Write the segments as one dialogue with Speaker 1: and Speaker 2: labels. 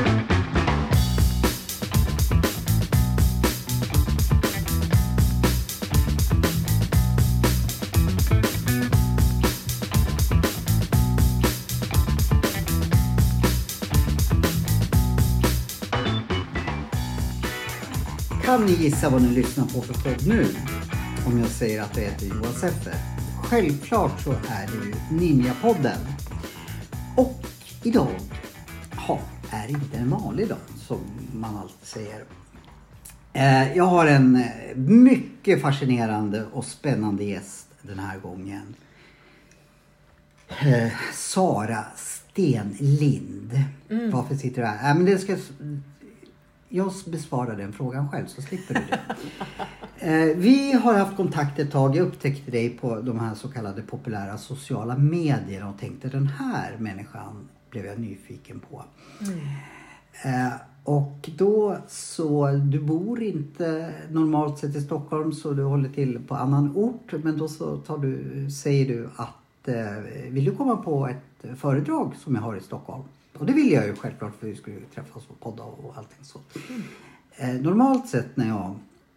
Speaker 1: Kan ni gissa vad ni lyssnar på för podd nu? Om jag säger att det heter Johan Seffer. Självklart så är det ju Ninja-podden. Och idag är inte en vanlig dag som man alltid säger. Jag har en mycket fascinerande och spännande gäst den här gången. Sara Stenlind. Varför sitter du här? Men jag besvarar den frågan själv så slipper du det. Vi har haft kontakt ett tag. Jag upptäckte dig på de här så kallade populära sociala medier och tänkte den här människan blev jag nyfiken på. Och då så, du bor inte normalt sett i Stockholm så du håller till på annan ort. Men då så säger du att vill du komma på ett föredrag som jag har i Stockholm? Och det vill jag ju självklart för vi skulle träffas och podda och allting så. Normalt sett när jag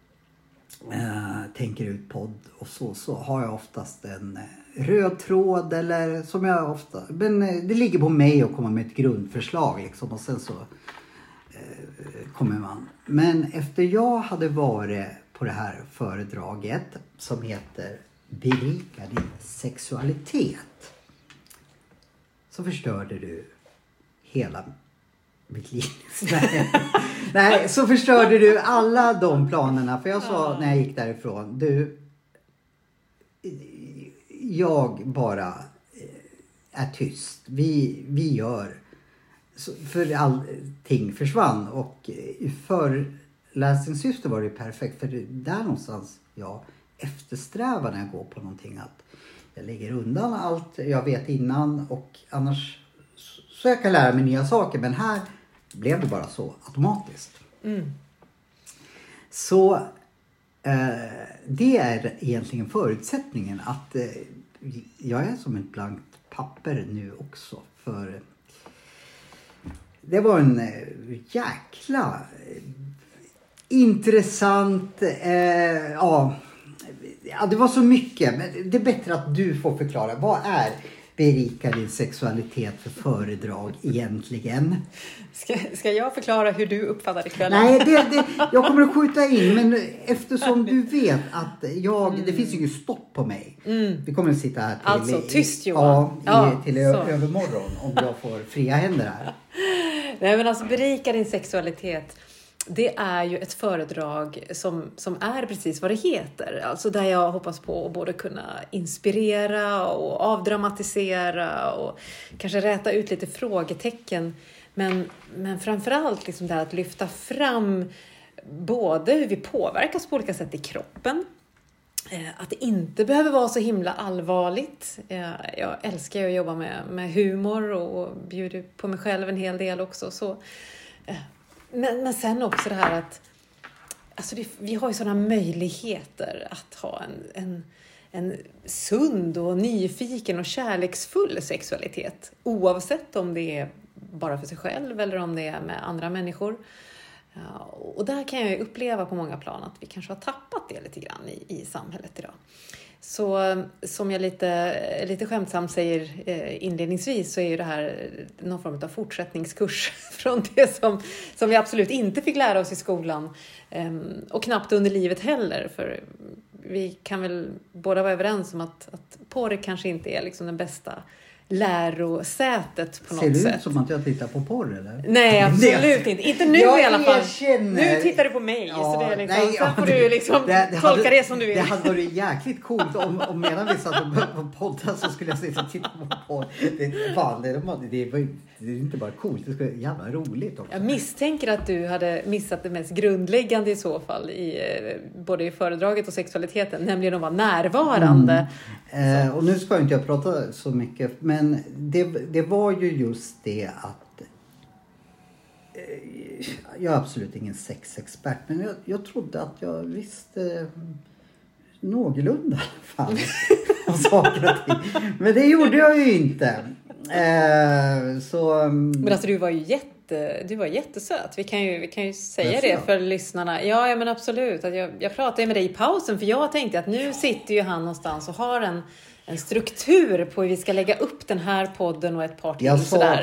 Speaker 1: tänker ut podd och så har jag oftast en röd tråd eller som jag ofta... Men det ligger på mig att komma med ett grundförslag liksom och sen så kommer man. Men efter jag hade varit på det här föredraget som heter Berika din sexualitet så förstörde du hela mitt liv. Nej, så förstörde du alla de planerna. För jag sa när jag gick därifrån. Jag bara är tyst. Vi gör. För allting försvann. Och i föreläsningssyfte var det perfekt. För det där någonstans jag eftersträvar när jag går på någonting. Att jag lägger undan allt jag vet innan. Och annars... Så jag kan lära mig nya saker. Men här blev det bara så automatiskt. Så det är egentligen förutsättningen. Att jag är som ett blankt papper nu också. För det var en jäkla intressant... Ja, det var så mycket. Men det är bättre att du får förklara. Vad är... Berika din sexualitet för föredrag egentligen.
Speaker 2: Ska jag förklara hur du uppfattar det kvällen?
Speaker 1: Nej, jag kommer att skjuta in. Men eftersom du vet att det finns ju stopp på mig. Vi kommer att sitta här till...
Speaker 2: Alltså, tyst Johan.
Speaker 1: Till övermorgon om jag får fria händer här.
Speaker 2: Nej men alltså berika din sexualitet. Det är ju ett föredrag som är precis vad det heter. Alltså där jag hoppas på att både kunna inspirera och avdramatisera och kanske räta ut lite frågetecken. Men framförallt liksom där att lyfta fram både hur vi påverkas på olika sätt i kroppen. Att det inte behöver vara så himla allvarligt. Jag älskar ju att jobba med humor och bjuder på mig själv en hel del också. Så... Men sen också det här att alltså vi har ju sådana möjligheter att ha en sund och nyfiken och kärleksfull sexualitet. Oavsett om det är bara för sig själv eller om det är med andra människor. Och där kan jag uppleva på många plan att vi kanske har tappat det lite grann i samhället idag. Så som jag lite skämtsamt säger inledningsvis så är ju det här någon form av fortsättningskurs från det som vi absolut inte fick lära oss i skolan och knappt under livet heller. För vi kan väl båda vara överens om att porr kanske inte är liksom den bästa lärosätet på något sätt.
Speaker 1: Ser det ut som att jag tittar på porr eller?
Speaker 2: Nej, absolut inte. Inte nu i alla fall. Nu tittar du på mig.
Speaker 1: Ja,
Speaker 2: så det är liksom, sen får du liksom tolka det som du vill.
Speaker 1: Det hade varit jäkligt coolt om medan vi satt och poddade så skulle jag sitta och titta på porr. Det är inte bara coolt, det skulle vara jävla roligt också.
Speaker 2: Jag misstänker att du hade missat det mest grundläggande i så fall både i föredraget och sexualiteten, nämligen att vara närvarande.
Speaker 1: Och nu ska inte jag prata så mycket, men det var ju just det att jag är absolut ingen sexexpert, men jag trodde att jag visste någorlunda i alla fall om saker och ting. Men det gjorde jag ju inte.
Speaker 2: Men alltså du var ju du var jättesöt. Vi kan ju säga det för lyssnarna. Ja, men absolut. Att jag pratade med dig i pausen, för jag tänkte att nu sitter ju han någonstans och har en struktur på hur vi ska lägga upp den här podden och ett par till.
Speaker 1: Jag sa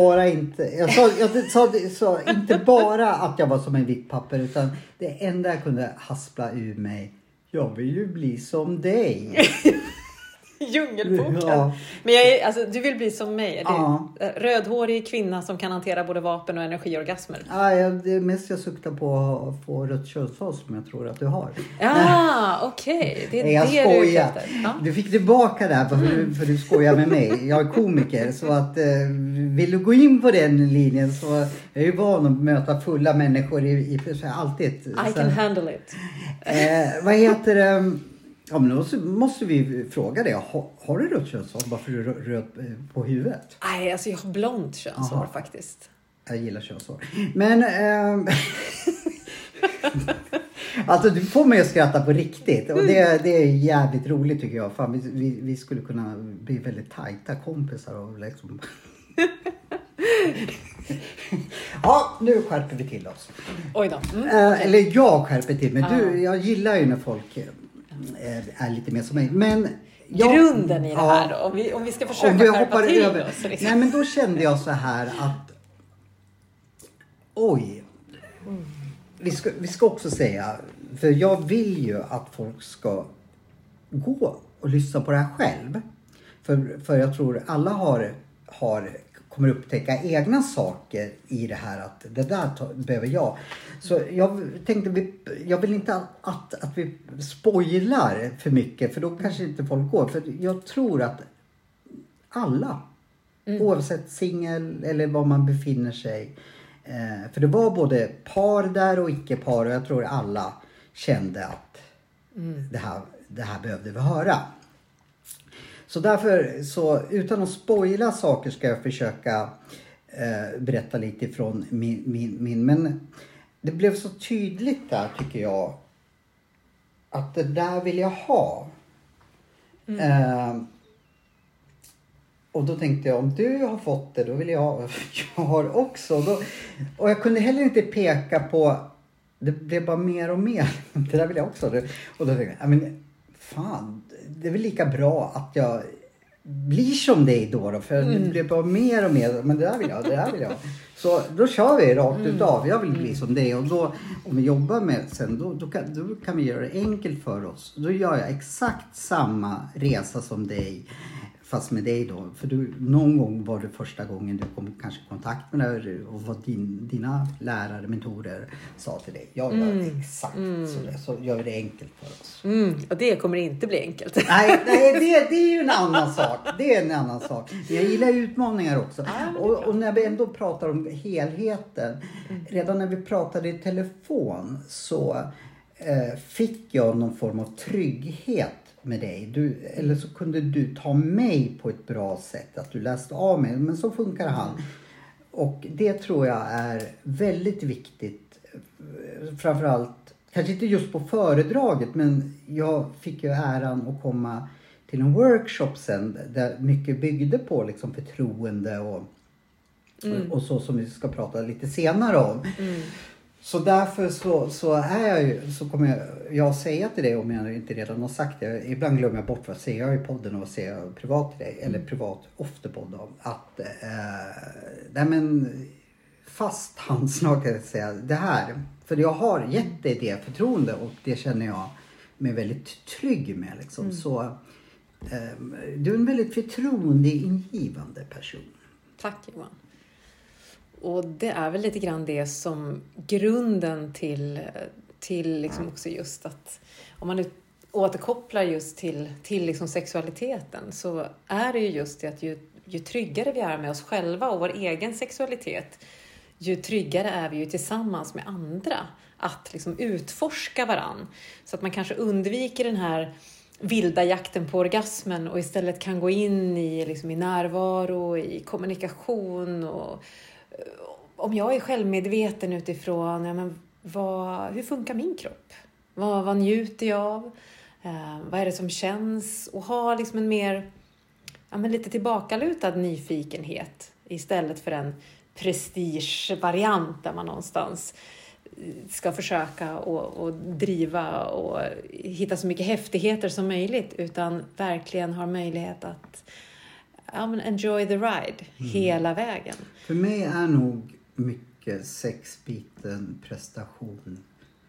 Speaker 1: inte bara att jag var som en vitt papper, utan det enda jag kunde haspla ur mig: jag vill ju bli som dig.
Speaker 2: Djungelboken. Ja. Men du vill bli som mig. Ja. Rödhårig kvinna som kan hantera både vapen och energiorgasmer.
Speaker 1: Ja, det är mest jag suktar på att få rött könshår, som jag tror att du har.
Speaker 2: Ja, okej. Det är
Speaker 1: jag
Speaker 2: det
Speaker 1: skojar.
Speaker 2: Du är efter. Ja.
Speaker 1: Du fick tillbaka där för du skojar med mig. Jag är komiker, så att vill du gå in på den linjen, så jag är ju van att möta fulla människor i alltid.
Speaker 2: I can handle it.
Speaker 1: Vad heter det? Ja, men då måste vi fråga dig. Har du rött könshår? Varför är du röd på huvudet?
Speaker 2: Nej, alltså jag har blont könshår faktiskt.
Speaker 1: Jag gillar könshår. Men alltså du får mig att skratta på riktigt. Och det är jävligt roligt, tycker jag. Fan, vi skulle kunna bli väldigt tajta kompisar och liksom. Ja, nu skärper vi till oss.
Speaker 2: Oj då.
Speaker 1: Eller jag skärper till mig. Jag gillar ju när folk är lite mer som mig. Men
Speaker 2: grunden i det här då, om vi ska försöka skärpa till oss. Liksom.
Speaker 1: Nej, men då kände jag så här att vi ska också säga, för jag vill ju att folk ska gå och lyssna på det här själv. För jag tror alla kommer upptäcka egna saker i det här, att det där behöver jag. Så jag tänkte, jag vill inte att vi spoilar för mycket, för då kanske inte folk går. För jag tror att alla, oavsett singel eller var man befinner sig, för det var både par där och icke-par, och jag tror alla kände att det här behövde vi höra. Så därför, utan att spoila saker, ska jag försöka berätta lite ifrån min. Men det blev så tydligt där, tycker jag, att det där vill jag ha. Och då tänkte jag, om du har fått det, då vill jag har också. Och jag kunde heller inte peka på, det blev bara mer och mer. Det där vill jag också. Och då tänkte jag, men fan, det är väl lika bra att jag blir som dig då. För det blir bara mer och mer. Men det där vill jag. Så då kör vi rakt utav. Jag vill bli som dig. Och då, om vi jobbar med sen, då kan vi göra det enkelt för oss. Då gör jag exakt samma resa som dig. Fast med dig då. För någon gång var det första gången du kom kanske i kontakt med det. Och vad dina lärare, mentorer sa till dig. Jag gör exakt så gör vi det enkelt för oss.
Speaker 2: Och det kommer inte bli enkelt.
Speaker 1: Nej, det är ju en annan sak. Det är en annan sak. Jag gillar utmaningar också. Och när vi ändå pratar om helheten. Redan när vi pratade i telefon så fick jag någon form av trygghet med dig. Eller så kunde du ta mig på ett bra sätt. Att du läste av mig. Men så funkar han. Och det tror jag är väldigt viktigt. Framförallt, kanske inte just på föredraget. Men jag fick ju äran att komma till en workshop sen. Där mycket byggde på liksom förtroende. Och så som vi ska prata lite senare om. Så därför så är jag ju, så kommer jag säga till dig, om jag inte redan har sagt det. Ibland glömmer jag bort vad säger jag i podden och vad säger jag privat till dig. Eller privat ofterpodd om. Att, nej men fast handsnak kan jag säga. Det här, för jag har gett dig det förtroende och det känner jag mig väldigt trygg med. Liksom. Så du är en väldigt förtroendeingivande person.
Speaker 2: Tack Johan. Och det är väl lite grann det som grunden till liksom också just att om man nu återkopplar just till liksom sexualiteten, så är det ju just det att ju tryggare vi är med oss själva och vår egen sexualitet, ju tryggare är vi ju tillsammans med andra att liksom utforska varann. Så att man kanske undviker den här vilda jakten på orgasmen och istället kan gå in i närvaro, i kommunikation. Och om jag är självmedveten utifrån hur funkar min kropp? Vad njuter jag av? Vad är det som känns? Och ha liksom en mer lite tillbakalutad nyfikenhet istället för en prestigevariant där man någonstans ska försöka och driva och hitta så mycket häftigheter som möjligt, utan verkligen har möjlighet att enjoy the ride hela vägen.
Speaker 1: För mig är nog mycket sexbiten prestation.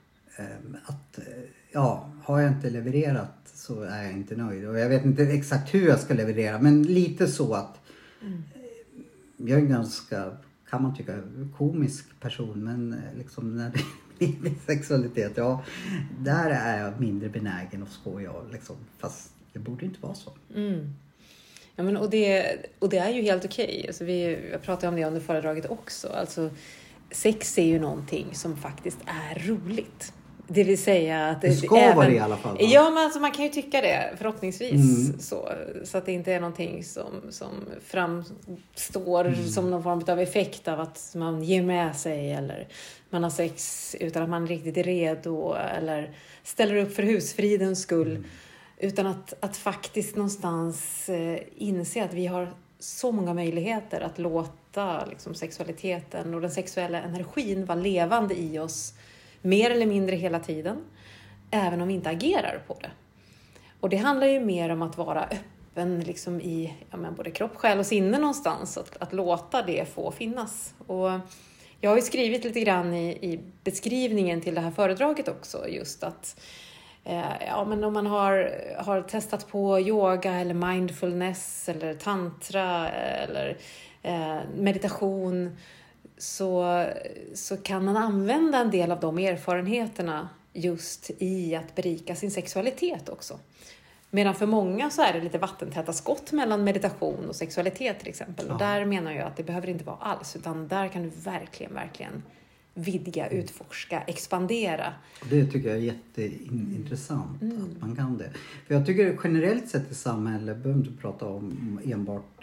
Speaker 1: Har jag inte levererat så är jag inte nöjd. Och jag vet inte exakt hur jag ska leverera, men lite så att jag är ganska, kan man tycka, komisk person, men liksom när det är sexualitet, där är jag mindre benägen att skoja liksom, fast det borde inte vara så.
Speaker 2: Ja, men och det är ju helt okej. Alltså jag pratade om det under föredraget också. Alltså, sex är ju någonting som faktiskt är roligt. Det vill säga att
Speaker 1: det ska vara det i alla fall. Va?
Speaker 2: Ja, men alltså man kan ju tycka det förhoppningsvis. Så att det inte är någonting som framstår som någon form av effekt av att man ger med sig eller man har sex utan att man riktigt är redo eller ställer upp för husfridens skull. Utan att faktiskt någonstans inse att vi har så många möjligheter att låta liksom, sexualiteten och den sexuella energin vara levande i oss mer eller mindre hela tiden, även om vi inte agerar på det. Och det handlar ju mer om att vara öppen liksom, i både kropp, själ och sinne någonstans, att låta det få finnas. Och jag har ju skrivit lite grann i beskrivningen till det här föredraget också, just att men om man har testat på yoga eller mindfulness eller tantra eller meditation, så kan man använda en del av de erfarenheterna just i att berika sin sexualitet också. Medan för många så är det lite vattentäta skott mellan meditation och sexualitet till exempel. Ja. Och där menar jag att det behöver inte vara alls, utan där kan du verkligen vidga, utforska, expandera. Det
Speaker 1: tycker jag är jätteintressant att man kan det. För jag tycker generellt sett i samhället, behöver inte prata om enbart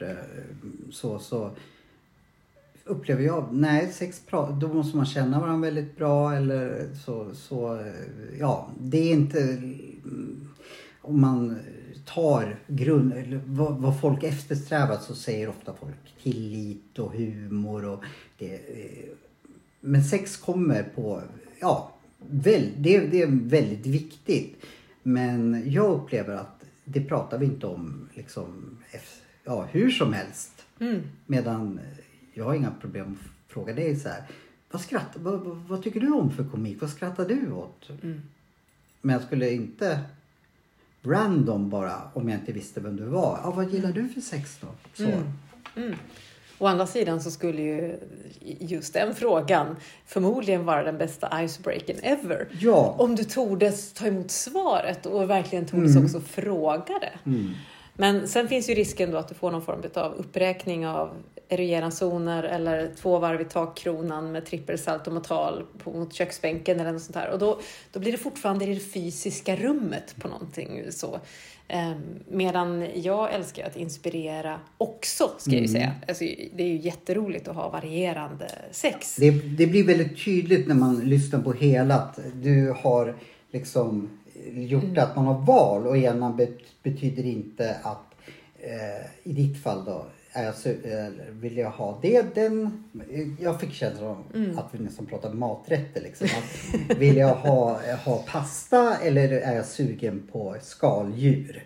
Speaker 1: så upplever jag, då måste man känna varandra väldigt bra eller så det är inte, om man tar vad folk eftersträvar, så säger ofta folk tillit och humor och det. Men sex kommer på, det är väldigt viktigt. Men jag upplever att det pratar vi inte om liksom, hur som helst. Medan jag har inga problem att fråga dig så här, vad tycker du om för komik? Vad skrattar du åt? Men jag skulle inte random bara, om jag inte visste vem du var. Vad gillar du för sex då? Så.
Speaker 2: Å andra sidan så skulle ju just den frågan förmodligen vara den bästa icebreaken ever. Ja. Om du tordes ta emot svaret och verkligen tordes också fråga det. Men sen finns ju risken då att du får någon form av uppräkning av erogena zoner eller 2 varv i takkronan med trippelsaltomotal mot köksbänken eller något sånt här. Och då blir det fortfarande i det fysiska rummet på någonting så. Medan jag älskar att inspirera också, ska jag ju säga. Alltså, det är ju jätteroligt att ha varierande sex.
Speaker 1: Det blir väldigt tydligt när man lyssnar på hela att du har liksom gjort att man har val, och ena betyder inte att i ditt fall då vill jag ha den. Jag fick känslan av att vi nästan pratade maträtter liksom. Att vill jag ha pasta eller är jag sugen på skaldjur?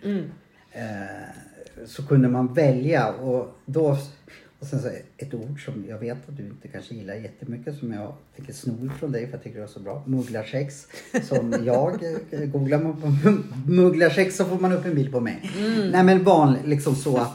Speaker 1: Så kunde man välja, och sen så ett ord som jag vet att du inte kanske gillar jättemycket, som jag fick sno från dig för jag tycker det var så bra. Mugglarsex. Som jag googlar man på mugglarsex så får man upp en bild på mig. Nej, men liksom så att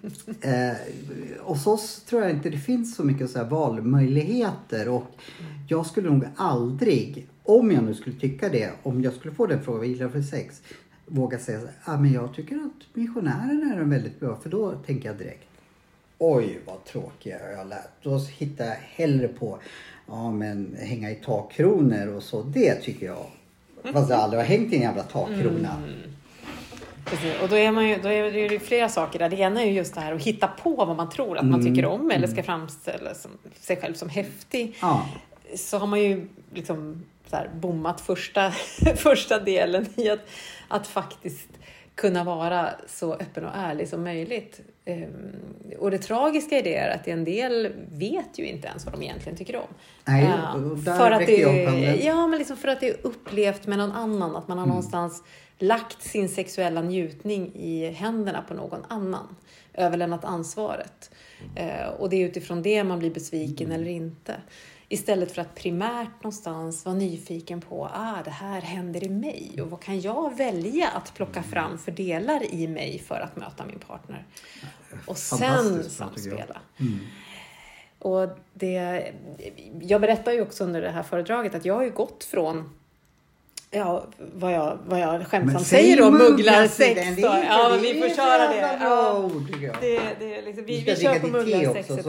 Speaker 1: hos oss tror jag inte det finns så mycket så här valmöjligheter, och jag skulle nog aldrig, om jag nu skulle tycka det, om jag skulle få den frågan, vad gillar för sex, våga säga men jag tycker att missionären är väldigt bra, för då tänker jag direkt, oj vad tråkiga jag lät. Då hittar jag hellre på hänga i takkronor och så. Det tycker jag. Fast jag aldrig har hängt i en jävla takkrona.
Speaker 2: Precis. Och då är det ju flera saker där. Det ena är ju just det här att hitta på vad man tror att man tycker om eller ska framställa sig själv som häftig. Så har man ju liksom så här bommat första delen i att faktiskt kunna vara så öppen och ärlig som möjligt. Och det tragiska i det är att en del vet ju inte ens vad de egentligen tycker om.
Speaker 1: Nej, och där
Speaker 2: för att det,
Speaker 1: jag
Speaker 2: ja, men liksom för att det är upplevt med någon annan. Att man har någonstans lagt sin sexuella njutning i händerna på någon annan. Överlämnat ansvaret. Och det är utifrån det man blir besviken eller inte. Istället för att primärt någonstans vara nyfiken på det här händer i mig. Och vad kan jag välja att plocka fram för delar i mig för att möta min partner. Och sen samspela. Och jag berättar ju också under det här föredraget att jag har ju gått från vad jag skämtsamt säger då, mugglarsex. Ja, men vi får köra det. Det liksom, vi kör på mugglarsexet.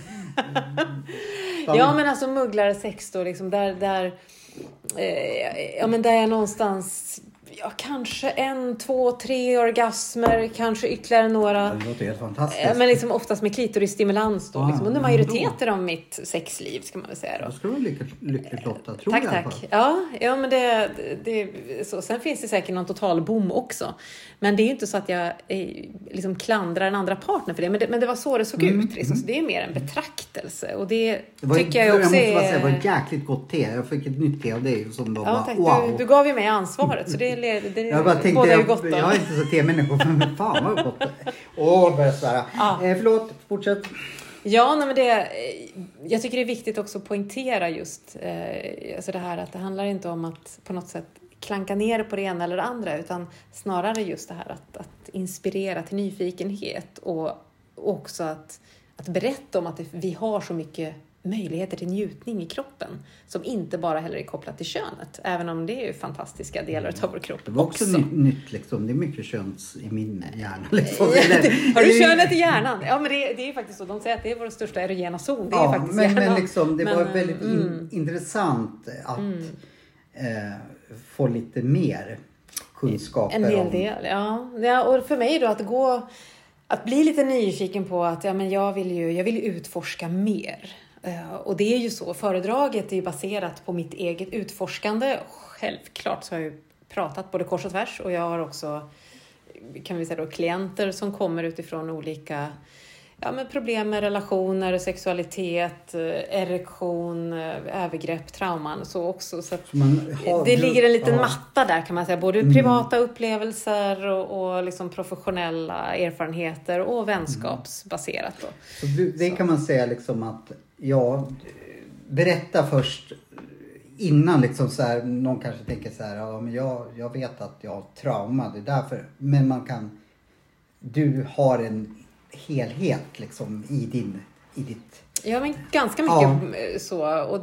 Speaker 2: Ja, men alltså mugglarsex då, liksom där jag någonstans kanske 1, 2, 3 orgasmer, kanske ytterligare några.
Speaker 1: Det låter helt fantastiskt.
Speaker 2: Men liksom oftast med klitorisstimulans då, liksom under majoriteten av mitt sexliv, ska man väl säga då.
Speaker 1: Då ska du vara lyckligt lottad, tror
Speaker 2: tack,
Speaker 1: jag.
Speaker 2: Tack. Ja, men det så. Sen finns det säkert någon total boom också. Men det är ju inte så att jag liksom klandrar en andra partner för det. Men det var så det såg ut. Liksom. Så det är mer en betraktelse. Och det tycker jag också
Speaker 1: det var ett jäkligt gott te. Jag fick ett nytt te av dig som då var
Speaker 2: tack.
Speaker 1: Wow.
Speaker 2: Du gav ju mig ansvaret. Så det
Speaker 1: jag bara tänkte, jag är inte så te-människa. Men fan vad gott. Börjar svära. Förlåt, fortsätt.
Speaker 2: Ja, men jag tycker det är viktigt också att poängtera just alltså det här att det handlar inte om att på något sätt klanka ner på det ena eller det andra, utan snarare just det här att inspirera till nyfikenhet och också att berätta om att vi har så mycket möjligheter till njutning i kroppen som inte bara heller är kopplat till könet, även om det är ju fantastiska delar av vår kropp.
Speaker 1: Det var också nytt liksom. Det är mycket köns i min hjärna liksom.
Speaker 2: Har du könet i hjärnan? Ja, men det är ju faktiskt så. De säger att det är vår största erogena zon. Det är faktiskt
Speaker 1: men liksom, det var väldigt intressant att få lite mer kunskaper
Speaker 2: en hel del, ja. Och för mig då att bli lite nyfiken på att jag vill utforska mer. Och det är ju så, föredraget är ju baserat på mitt eget utforskande. Självklart så har jag ju pratat både kors och tvärs, och jag har också, kan vi säga då, klienter som kommer utifrån olika problem med relationer, sexualitet, erektion, övergrepp, trauman så också. Så det ligger en liten matta där, kan man säga, både privata upplevelser och liksom professionella erfarenheter och vänskapsbaserat då.
Speaker 1: Så det kan man säga liksom att berätta först innan liksom så här, någon kanske tänker så här, men jag vet att jag har trauma, det är därför, men du har en helhet liksom i ditt...
Speaker 2: Ja, men ganska mycket så. Och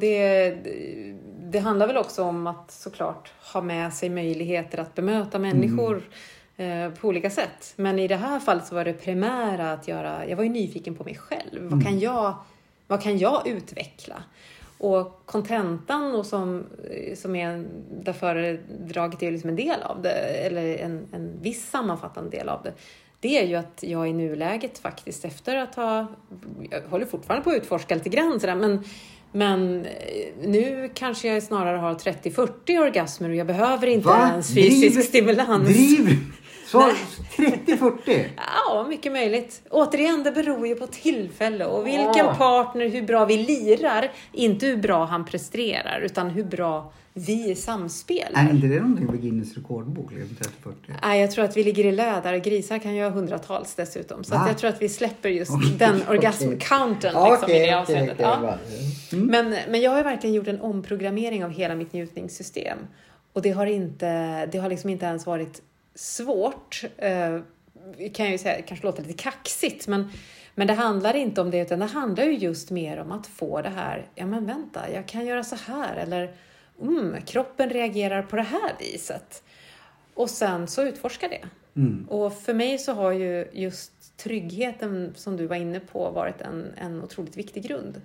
Speaker 2: det handlar väl också om att såklart ha med sig möjligheter att bemöta människor på olika sätt. Men i det här fallet så var det primära att jag var ju nyfiken på mig själv. Vad kan jag utveckla? Och kontentan och som är där föredraget är liksom en del av det, eller en viss sammanfattande del av det. Det är ju att jag i nuläget faktiskt efter att jag håller fortfarande på att utforska lite grann sådär, men nu kanske jag snarare har 30-40 orgasmer och jag behöver inte ens fysisk stimulans.
Speaker 1: Så 30-40?
Speaker 2: Ja, mycket möjligt. Återigen, det beror ju på tillfälle och vilken partner, hur bra vi lirar. Inte hur bra han presterar, utan hur bra vi samspelar.
Speaker 1: Är inte det någonting på Guinness rekordbok? 30-40?
Speaker 2: Nej, jag tror att vi ligger i lödar. Grisar kan göra hundratals dessutom. Så att jag tror att vi släpper just den orgasm-counten liksom, i det avseendet. Men jag har verkligen gjort en omprogrammering av hela mitt njutningssystem. Och det har liksom inte ens varit svårt, kan jag ju säga, kanske låter lite kaxigt, men det handlar inte om det, utan det handlar ju just mer om att få det här, men vänta, jag kan göra så här, eller kroppen reagerar på det här viset, och sen så utforska det. Och för mig så har ju just tryggheten som du var inne på varit en otroligt viktig grund.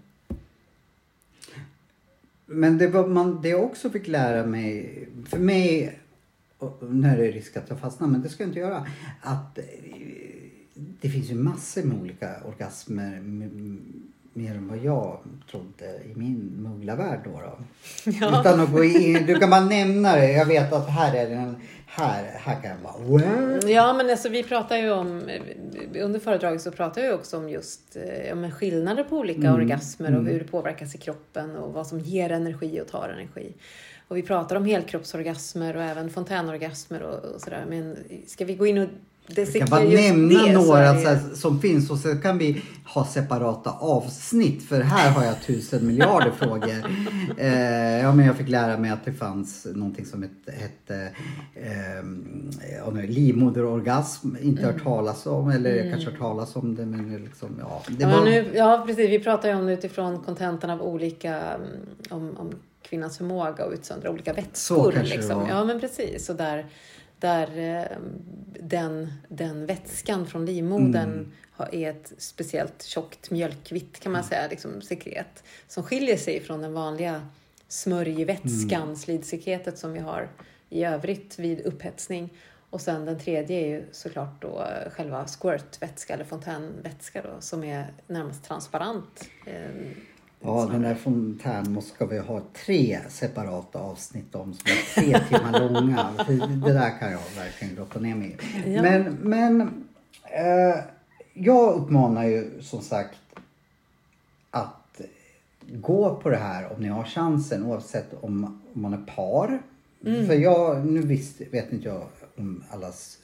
Speaker 1: Men det jag också fick lära mig, för mig, nu är det risk att jag fastnar, men det ska jag inte göra, att det finns ju massor med olika orgasmer mer än vad jag trodde i min mugglarvärld då.
Speaker 2: Ja.
Speaker 1: Utan att gå in, du kan bara nämna det. Jag vet att här är den, här kan jag bara, wow.
Speaker 2: Ja, men alltså vi pratar ju om, under föredraget så pratar vi också om just skillnader på olika orgasmer och hur det påverkas i kroppen och vad som ger energi och tar energi. Och vi pratar om helkroppsorgasmer och även fontänorgasmer och sådär. Men ska vi gå in och
Speaker 1: jag kan bara nämna några så här, som finns och så kan vi ha separata avsnitt för här har jag 1000 miljarder frågor. Men jag fick lära mig att det fanns någonting som hette livmoderorgasm, inte hört talas om eller jag kanske hört talas om det men liksom,
Speaker 2: precis, vi pratar ju om utifrån kontentan av olika om kvinnans förmåga att utsöndra olika vätskor liksom. Ja men precis, så där den vätskan från livmodern är ett speciellt tjockt mjölkvitt kan man säga, liksom sekret som skiljer sig från den vanliga smörjvätskan, slidsekretet som vi har i övrigt vid upphetsning. Och sen den tredje är ju såklart då själva squirtvätska eller fontänvätska då, som är närmast transparent.
Speaker 1: Ja, den där fontän ska vi ha 3 separata avsnitt om som är 3 timmar långa. Det där kan jag verkligen grotta ner mig i. Ja. Men jag uppmanar ju som sagt att gå på det här om ni har chansen oavsett om man är par. För vet inte jag om allas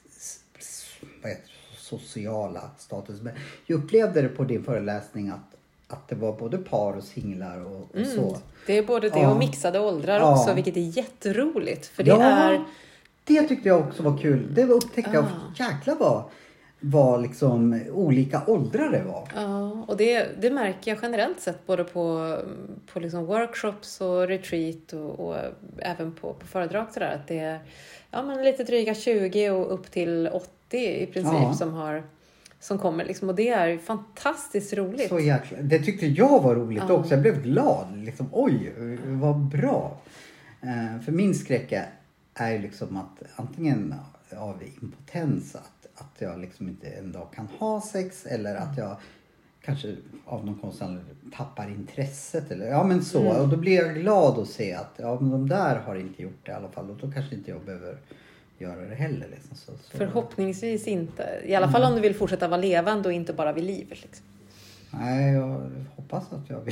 Speaker 1: sociala status. Men jag upplevde det på din föreläsning att det var både par och singlar och så. Det är både det och mixade åldrar också, vilket är jätteroligt. För det tyckte jag också var kul. Det var upptäcka jäklar vad liksom olika åldrar det var. Ja, och det märker jag generellt sett både på liksom workshops och retreat och även på föredrag sådär. Att det är lite dryga 20 och upp till 80 i princip som kommer liksom, och det är fantastiskt roligt. Så jäkla, det tyckte jag var roligt också. Jag blev glad liksom, oj, vad bra. För min skräck är ju liksom att antingen av impotens att jag liksom inte en dag kan ha sex eller att jag kanske av någon konstig anledning tappar intresset eller så. Och då blir jag glad att se att men de där har inte gjort det i alla fall och då kanske inte jag behöver göra det heller liksom. Så. Förhoppningsvis inte. I alla fall om du vill fortsätta vara levande och inte bara vid livet liksom. Nej, jag hoppas att jag vill.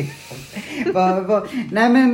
Speaker 1: Nej men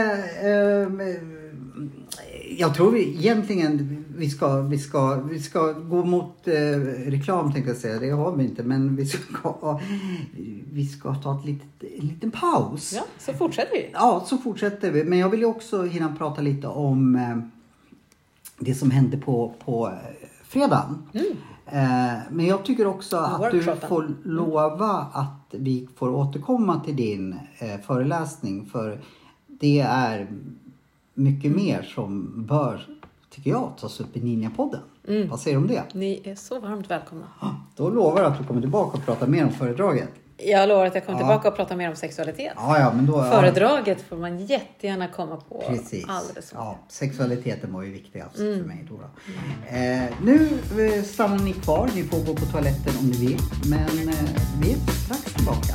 Speaker 1: jag tror egentligen vi ska gå mot reklam tänkte jag säga. Det har vi inte, men vi ska ta en liten paus. Ja, så fortsätter vi. Ja, så fortsätter vi. Men jag vill ju också hinna prata lite om det som hände på fredagen. Men jag tycker också att du får lova att vi får återkomma till din föreläsning. För det är mycket mer som bör, tycker jag, tas upp i Ninja-podden. Vad säger du om det? Ni är så varmt välkomna. Då lovar jag att du kommer tillbaka och pratar mer om föredraget. Jag lovar att jag kommer tillbaka och prata mer om sexualitet. Men då, föredraget får man jättegärna komma på. Precis. Alldeles. Sexualiteten var ju viktigast för mig då. Nu stannar ni kvar. Ni får gå på toaletten om ni vill. Men vi är strax tillbaka.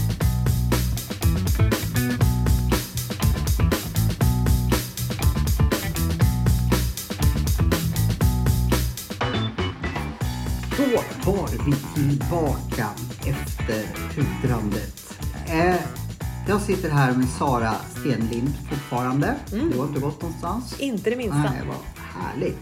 Speaker 1: Då var vi tillbaka efter hudrandet. Jag sitter här med Sara Stenlind fortfarande. Du har inte gått någonstans. Inte det minsta. Nej, vad härligt.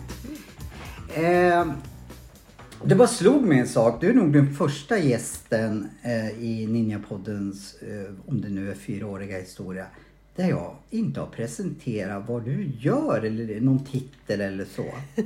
Speaker 1: Det bara slog mig en sak. Du är nog den första gästen i Ninja-poddens, om det nu är 4-åriga historia, där jag inte har presenterat vad du gör eller någon titel eller så.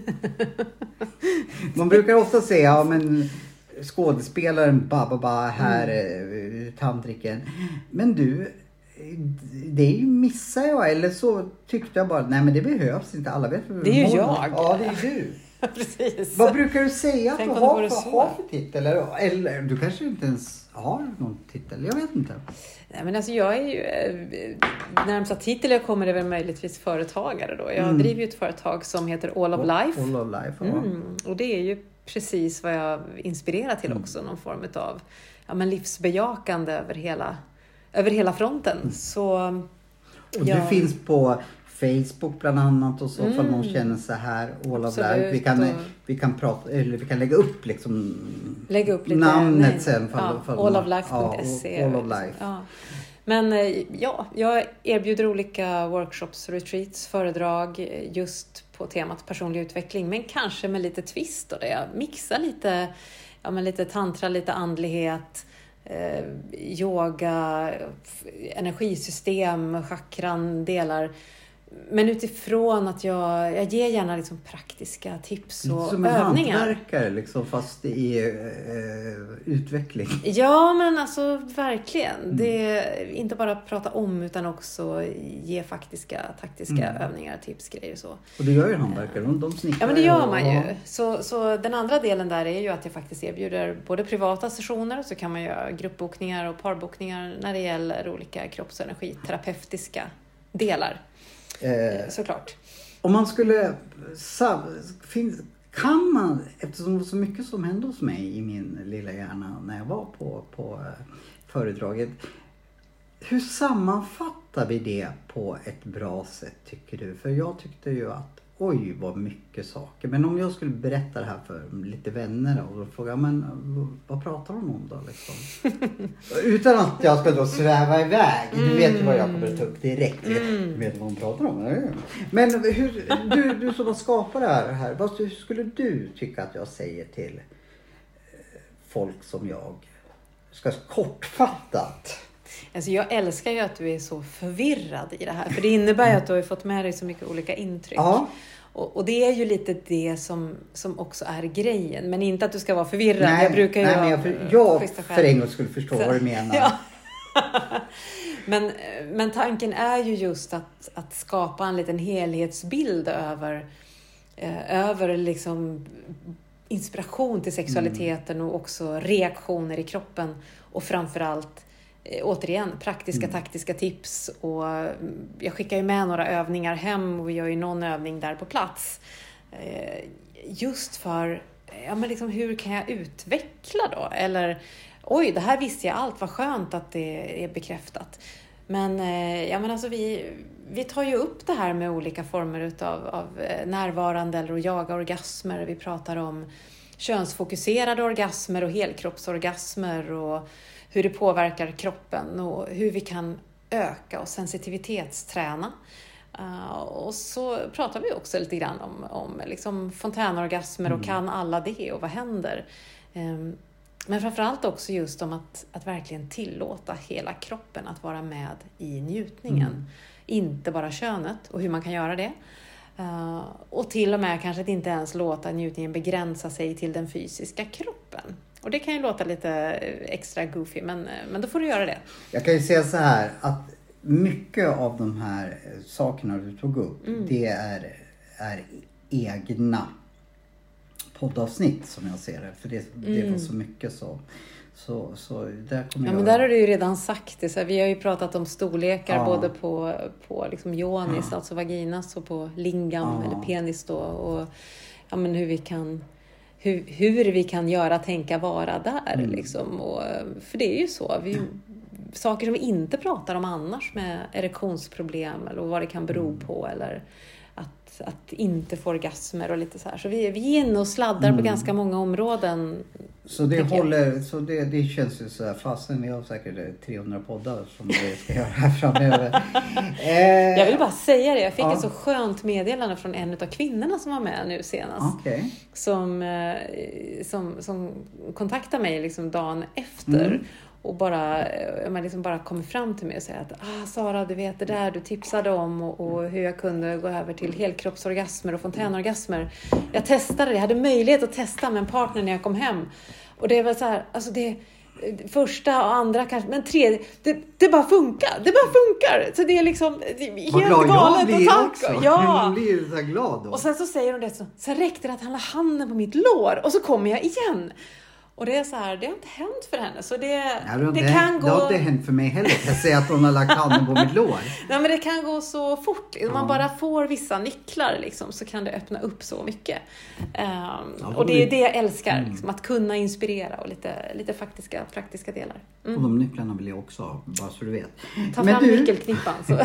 Speaker 1: Man brukar ofta säga, men skådespelaren här tantriken. Men du, det missar jag eller så tyckte jag bara, nej men det behövs inte, alla vet vad det är ju jag. Ja, det är du. Precis. Vad brukar du säga att du har för titel? Eller du kanske inte ens har någon titel, jag vet inte. Nej, men alltså jag är ju närmsta titel jag kommer är väl möjligtvis företagare då. Jag driver ju ett företag som heter All of Life. All of Life, ja. Och det är ju
Speaker 2: precis vad jag inspirerar till också. Någon form av livsbejakande över hela fronten. Så,
Speaker 1: och du finns på Facebook bland annat och så fall någon känner så här All of Life. Vi kan prata, eller vi kan lägga upp liksom
Speaker 2: lite
Speaker 1: namnet sen.
Speaker 2: alloflife.se.
Speaker 1: All of Life.
Speaker 2: Ja. Men jag erbjuder olika workshops, retreats, föredrag just på temat personlig utveckling. Men kanske med lite twist och det. Jag mixar lite tantra, lite andlighet, yoga, energisystem, chakran, delar. Men utifrån att jag ger gärna liksom praktiska tips och övningar. Som en
Speaker 1: hantverkare liksom, fast i utveckling.
Speaker 2: Ja, men alltså verkligen. Det är inte bara prata om utan också ge faktiska taktiska övningar, tips, grejer och så. Och
Speaker 1: det gör ju hantverkare, de snickrar.
Speaker 2: Ja, men det gör man ju. Så den andra delen där är ju att jag faktiskt erbjuder både privata sessioner, så kan man göra gruppbokningar och parbokningar när det gäller olika kropps- och energiterapeutiska delar. Såklart.
Speaker 1: Om man skulle kan man, eftersom det var så mycket som hände hos mig i min lilla hjärna när jag var på föredraget, hur sammanfattar vi det på ett bra sätt tycker du? För jag tyckte ju att oj vad mycket saker, men om jag skulle berätta det här för lite vänner och då frågar men vad pratar de om då liksom? Utan att jag ska då sväva iväg. Du vet ju vad jag kommer att ta upp direkt. Du vet vad de pratar om. Men du som har skapat det här, vad skulle du tycka att jag säger till folk som jag ska kortfattat?
Speaker 2: Alltså jag älskar ju att du är så förvirrad i det här. För det innebär ju att du har fått med dig så mycket olika intryck. Ja. Och det är ju lite det som också är grejen. Men inte att du ska vara förvirrad.
Speaker 1: Nej,
Speaker 2: jag brukar ju
Speaker 1: jag för en gång skulle förstå vad du menar. Ja.
Speaker 2: men tanken är ju just att skapa en liten helhetsbild över liksom inspiration till sexualiteten och också reaktioner i kroppen. Och framförallt återigen, praktiska taktiska tips, och jag skickar ju med några övningar hem och vi gör ju någon övning där på plats. Just för, men liksom, hur kan jag utveckla då? Eller, oj, det här visste jag allt, vad skönt att det är bekräftat. Men alltså vi tar ju upp det här med olika former av närvarande eller jaga orgasmer. Vi pratar om könsfokuserade orgasmer och helkroppsorgasmer och hur det påverkar kroppen och hur vi kan öka och sensitivitetsträna. Och så pratar vi också lite grann om liksom fontänorgasmer och kan alla det och vad händer. Men framförallt också just om att verkligen tillåta hela kroppen att vara med i njutningen. Inte bara könet och hur man kan göra det. Och till och med kanske att inte ens låta njutningen begränsa sig till den fysiska kroppen. Och det kan ju låta lite extra goofy, men då får du göra det.
Speaker 1: Jag kan ju säga så här att mycket av de här sakerna du tog upp, det är egna poddavsnitt som jag ser det. För det var så mycket så där kommer
Speaker 2: men där har du ju redan sagt det. Så vi har ju pratat om storlekar både på liksom jonis, alltså vaginas, och på lingam eller penis då. Och men hur vi kan göra, tänka, vara där liksom. Och, för det är ju så. Saker som vi inte pratar om annars med erektionsproblem eller vad det kan bero på, eller att inte få orgasmer och lite så här. Så vi är inne och sladdar på ganska många områden.
Speaker 1: Så det känns ju så här, fastän vi har säkert 300 poddar som vi ska göra här framöver.
Speaker 2: Jag vill bara säga det. Jag fick ett så skönt meddelande från en av kvinnorna som var med nu senast.
Speaker 1: Okay.
Speaker 2: Som kontaktade mig liksom dagen efter. Och bara kommer fram till mig och säger att Sara, du vet det där du tipsade om och hur jag kunde gå över till helkroppsorgasmer och fontänorgasmer. Jag testade det, jag hade möjlighet att testa med en partner när jag kom hem. Och det var så här, alltså det första och andra kanske, men tredje, det bara funkar. Det bara funkar. Så det är liksom helt galet. Och tack.
Speaker 1: Man blir så glad då.
Speaker 2: Och sen så säger hon det så räckte det att han la handen på mitt lår och så kommer jag igen. Och det är så här, det har inte hänt för henne. Så
Speaker 1: det kan gå... Det har inte hänt för mig heller. Jag säger att hon har lagt handen på mitt lår.
Speaker 2: Nej, men det kan gå så fort. Om man bara får vissa nycklar liksom, så kan det öppna upp så mycket. Och det är det jag älskar. Liksom, att kunna inspirera och lite praktiska delar.
Speaker 1: Och de nycklarna vill jag också ha, bara så du vet.
Speaker 2: Ta fram nyckelknippan. Så.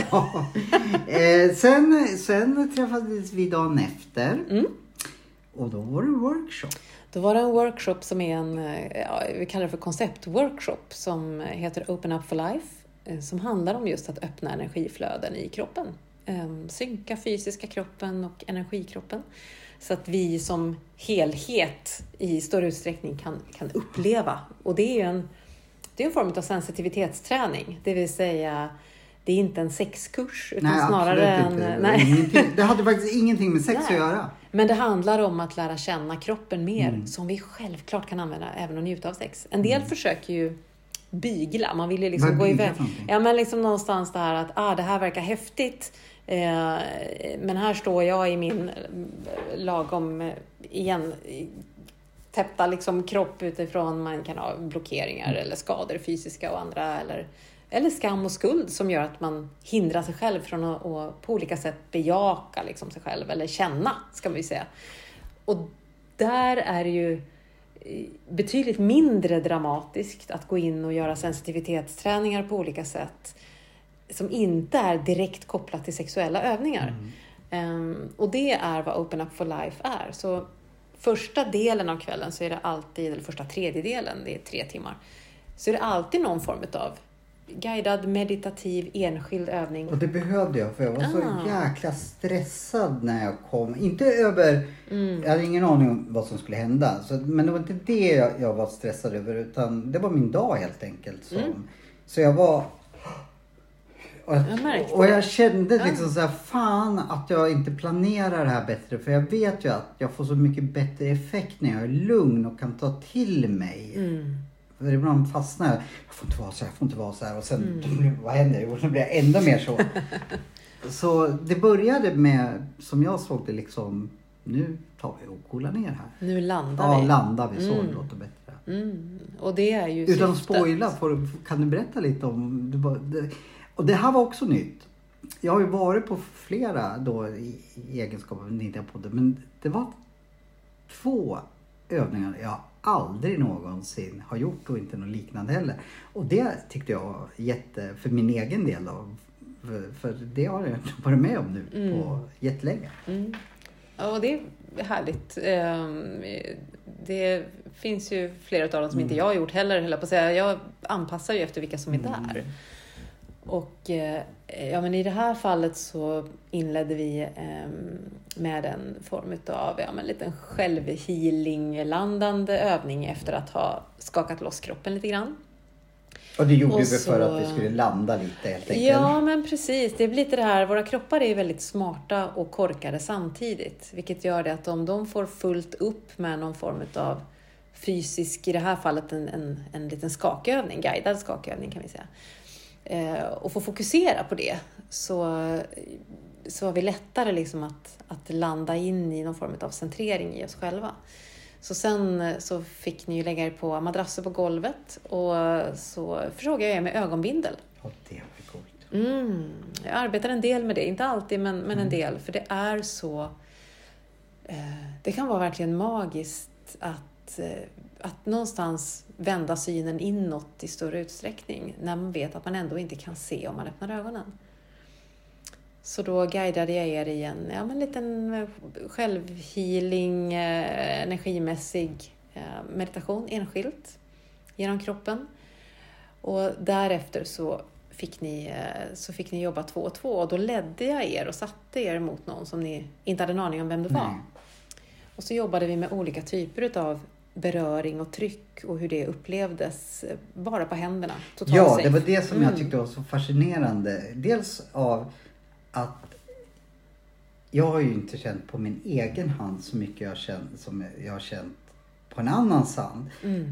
Speaker 1: Sen träffades vi dagen efter. Och då var det workshop.
Speaker 2: Då var det en workshop som är vi kallar det för konceptworkshop, som heter Open Up for Life. Som handlar om just att öppna energiflöden i kroppen. Synka fysiska kroppen och energikroppen. Så att vi som helhet i större utsträckning kan uppleva. Och det är en form av sensitivitetsträning. Det vill säga, det är inte en sexkurs. Utan snarare
Speaker 1: det hade faktiskt ingenting med sex att göra.
Speaker 2: Men det handlar om att lära känna kroppen mer. Som vi självklart kan använda även att njuta av sex. En del försöker ju bygla. Man vill ju liksom gå iväg. Ja, men liksom någonstans där att det här verkar häftigt. Men här står jag i min lagom täppta liksom kropp utifrån. Man kan ha blockeringar eller skador, fysiska och andra, eller skam och skuld som gör att man hindrar sig själv från att på olika sätt bejaka liksom sig själv, eller känna, ska vi säga. Och där är det ju betydligt mindre dramatiskt att gå in och göra sensitivitetsträningar på olika sätt som inte är direkt kopplat till sexuella övningar. Och det är vad Open Up for Life är. Så första delen av kvällen så är det alltid, eller första tredjedelen, det är 3 timmar, så är det alltid någon form av guidad, meditativ, enskild övning.
Speaker 1: Och det behövde jag, för jag var så jäkla stressad när jag kom. Inte över, jag hade ingen aning om vad som skulle hända. Men det var inte det jag var stressad över, utan det var min dag helt enkelt. Så jag var... Och jag kände liksom så här, fan att jag inte planerar det här bättre. För jag vet ju att jag får så mycket bättre effekt när jag är lugn och kan ta till mig. För ibland fastnar jag får inte vara så här. Och sen, vad händer? Och så blir jag ännu mer så. Så det började med, som jag såg det liksom, nu tar vi och coolar ner här.
Speaker 2: Nu landar vi.
Speaker 1: Ja, landar vi, så det låter bättre.
Speaker 2: Och det är ju
Speaker 1: utan att
Speaker 2: syftet.
Speaker 1: Spoila, kan du berätta lite om... Och det här var också nytt. Jag har ju varit på flera då i egenskap av Ninja-podden. Men det var 2 övningar jag aldrig någonsin har gjort, och inte något liknande heller. Och det tyckte jag var för min egen del då. För det har jag inte varit med om nu på jättelänge.
Speaker 2: Ja, och det är härligt. Det finns ju flera av dem som inte jag har gjort heller. På att säga. Jag anpassar ju efter vilka som är där. Och men i det här fallet så inledde vi med en form av en liten självhealing-landande övning efter att ha skakat loss kroppen lite grann.
Speaker 1: Och det gjorde vi för att vi skulle landa lite helt enkelt.
Speaker 2: Ja, men precis. Det blir lite det här, våra kroppar är väldigt smarta och korkade samtidigt. Vilket gör det att om de får fullt upp med någon form av fysisk, i det här fallet en liten skakövning, guidad skakövning kan vi säga. Och få fokusera på det, så var vi lättare liksom att landa in i någon form av centrering i oss själva. Så sen så fick ni ju lägga er på madrasser på golvet, och så försåg jag er med ögonbindel.
Speaker 1: Ja, det var coolt.
Speaker 2: Jag arbetar en del med det, inte alltid men en del, för det är så det kan vara verkligen magiskt att någonstans vända synen inåt i större utsträckning när man vet att man ändå inte kan se om man öppnar ögonen. Så då guidade jag er i en liten självhealing, energimässig meditation enskilt genom kroppen. Och därefter så fick ni jobba 2 och 2, och då ledde jag er och satte er mot någon som ni inte hade en aning om vem det var.
Speaker 1: Nej.
Speaker 2: Och så jobbade vi med olika typer av beröring och tryck och hur det upplevdes bara på händerna.
Speaker 1: Ja, det var det som jag tyckte var så fascinerande. Dels av att jag har ju inte känt på min egen hand så mycket som jag har känt på en annans hand.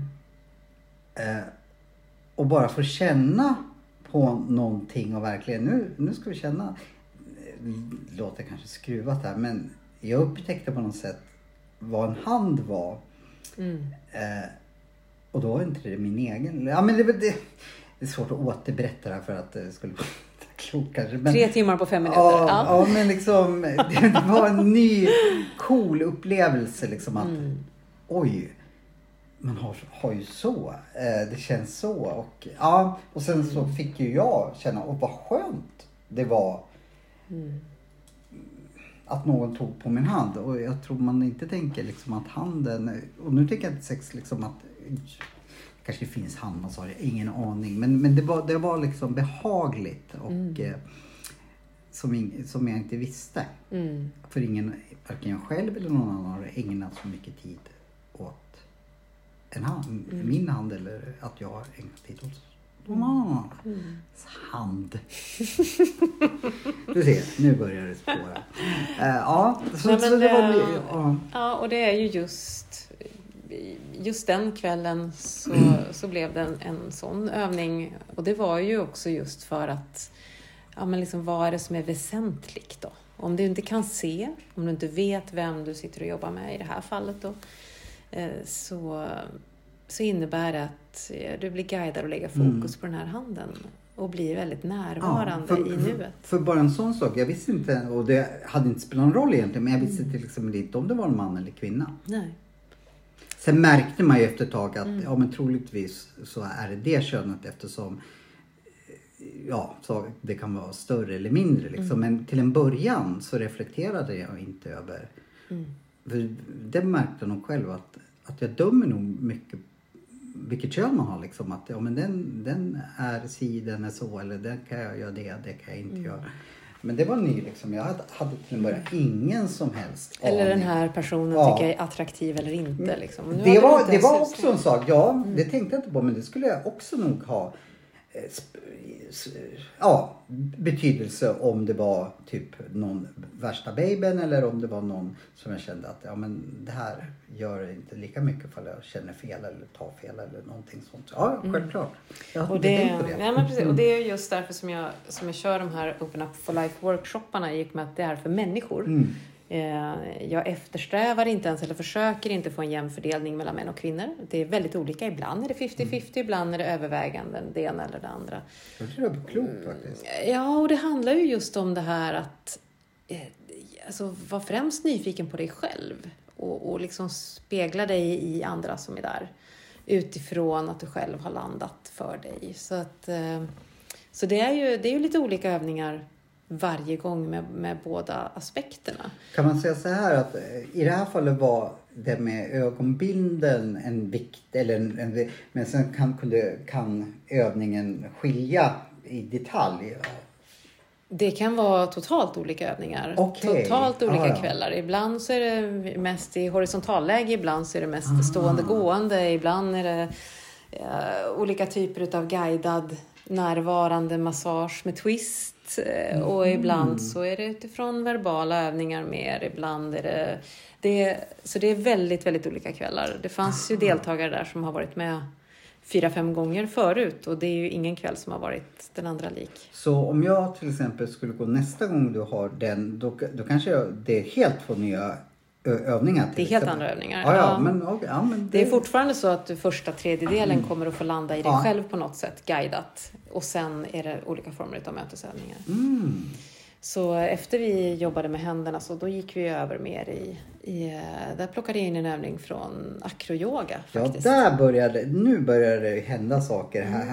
Speaker 1: Och bara få känna på någonting och verkligen, nu ska vi känna, det låter kanske skruvat här, men jag upptäckte på något sätt vad en hand var. Och då var inte det min egen. Ja, men det är svårt att återberätta det här för att det skulle vara klokt kanske. Men,
Speaker 2: 3 timmar på 5 minuter.
Speaker 1: Ja, men liksom det var en ny cool upplevelse liksom att oj, man har ju så. Det känns så. Och sen så fick ju jag känna, vad skönt det var att någon tog på min hand. Och jag tror man inte tänker liksom att handen, och nu tänker jag inte sex liksom att kanske finns handmassage, ingen aning. Men det var liksom behagligt och som jag inte visste. För varken jag själv eller någon annan har ägnat så mycket tid åt min hand eller att jag har ägnat tid åt någon annans hand. Du ser, nu börjar det spåra.
Speaker 2: Ja, och det är ju just den kvällen så blev det en sån övning. Och det var ju också just för att men liksom, vad är det som är väsentligt då? Om du inte kan se, om du inte vet vem du sitter och jobbar med i det här fallet då, så innebär det att du blir guidad att lägga fokus på den här handen och blir väldigt närvarande i nuet.
Speaker 1: För bara en sån sak, jag visste inte, och det hade inte spelat någon roll egentligen, men jag visste till exempel inte om det var en man eller kvinna.
Speaker 2: Nej.
Speaker 1: Sen märkte man ju efter ett tag att men troligtvis så är det könet eftersom så det kan vara större eller mindre liksom. Men till en början så reflekterade jag inte över för det märkte jag nog själv att jag dömer nog mycket vilket kön man har liksom, att men den är si, den är så, eller den kan jag göra det kan jag inte göra. Men det var ny liksom. Jag hade till en början ingen som helst
Speaker 2: eller
Speaker 1: aning.
Speaker 2: den här personen tycker jag är attraktiv eller inte liksom.
Speaker 1: Det var också en sak. Ja, det tänkte jag inte på, men det skulle jag också nog ha betydelse om det var typ någon värsta babyn eller om det var någon som jag kände att men det här gör inte lika mycket för jag känner fel eller tar fel eller någonting sånt. Ja, självklart. Jag hade tänkt på det.
Speaker 2: Ja, men precis. Och det är just därför som jag kör de här Open Up for Life-workshopparna gick med att det är för människor. Jag eftersträvar inte ens eller försöker inte få en jämn fördelning mellan män och kvinnor. Det är väldigt olika. Ibland är det 50-50, ibland är det överväganden, det ena eller det andra.
Speaker 1: Jag tror det är klokt faktiskt.
Speaker 2: Ja, och det handlar ju just om det här att vara främst nyfiken på dig själv och liksom spegla dig i andra som är där utifrån att du själv har landat för dig. Så det är ju lite olika övningar varje gång med båda aspekterna.
Speaker 1: Kan man säga så här att i det här fallet var det med ögonbilden en vikt eller men sen kan övningen skilja i detalj?
Speaker 2: Det kan vara totalt olika övningar.
Speaker 1: Okay.
Speaker 2: Totalt olika kvällar. Ibland så är det mest i horisontalläge, ibland så är det mest stående gående, ibland är det olika typer av guidad närvarande massage med twist. Och ibland så är det utifrån verbala övningar mer. Ibland är det så det är väldigt, väldigt olika kvällar. Det fanns ju deltagare där som har varit med 4-5 gånger förut. Och det är ju ingen kväll som har varit den andra lik. Så
Speaker 1: om jag till exempel skulle gå nästa gång du har den, då kanske det är helt två nya övningar.
Speaker 2: Det är helt andra övningar.
Speaker 1: Men
Speaker 2: det är fortfarande så att du första tredjedelen kommer att få landa i dig själv på något sätt, guidat. Och sen är det olika former av mötesövningar. Så efter vi jobbade med händerna så då gick vi över mer i där plockade jag in en övning från acroyoga faktiskt.
Speaker 1: Ja, nu börjar det hända saker här.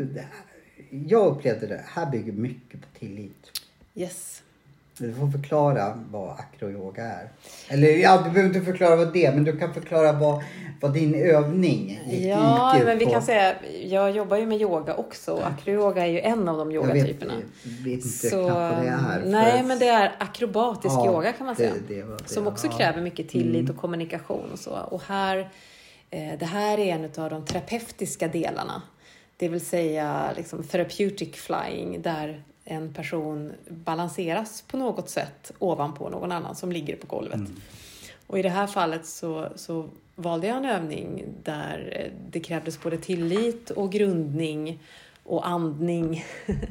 Speaker 1: Jag upplevde det här bygger mycket på tillit.
Speaker 2: Yes.
Speaker 1: Du får förklara vad acroyoga är. Eller du behöver inte förklara vad det är, men du kan förklara vad din övning
Speaker 2: Ja, men vi kan säga, jag jobbar ju med yoga också. Acroyoga är ju en av de yogatyperna.
Speaker 1: Jag vet inte knappt vad det är.
Speaker 2: Nej, men det är akrobatisk yoga kan man säga.
Speaker 1: Det
Speaker 2: som också kräver mycket tillit och kommunikation och så. Och det här är en av de terapeutiska delarna. Det vill säga liksom therapeutic flying, där en person balanseras på något sätt ovanpå någon annan som ligger på golvet. Och i det här fallet så valde jag en övning där det krävdes både tillit och grundning och andning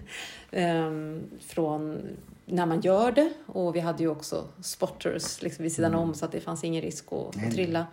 Speaker 2: från när man gör det. Och vi hade ju också spotters liksom vid sidan om, så att det fanns ingen risk att trilla.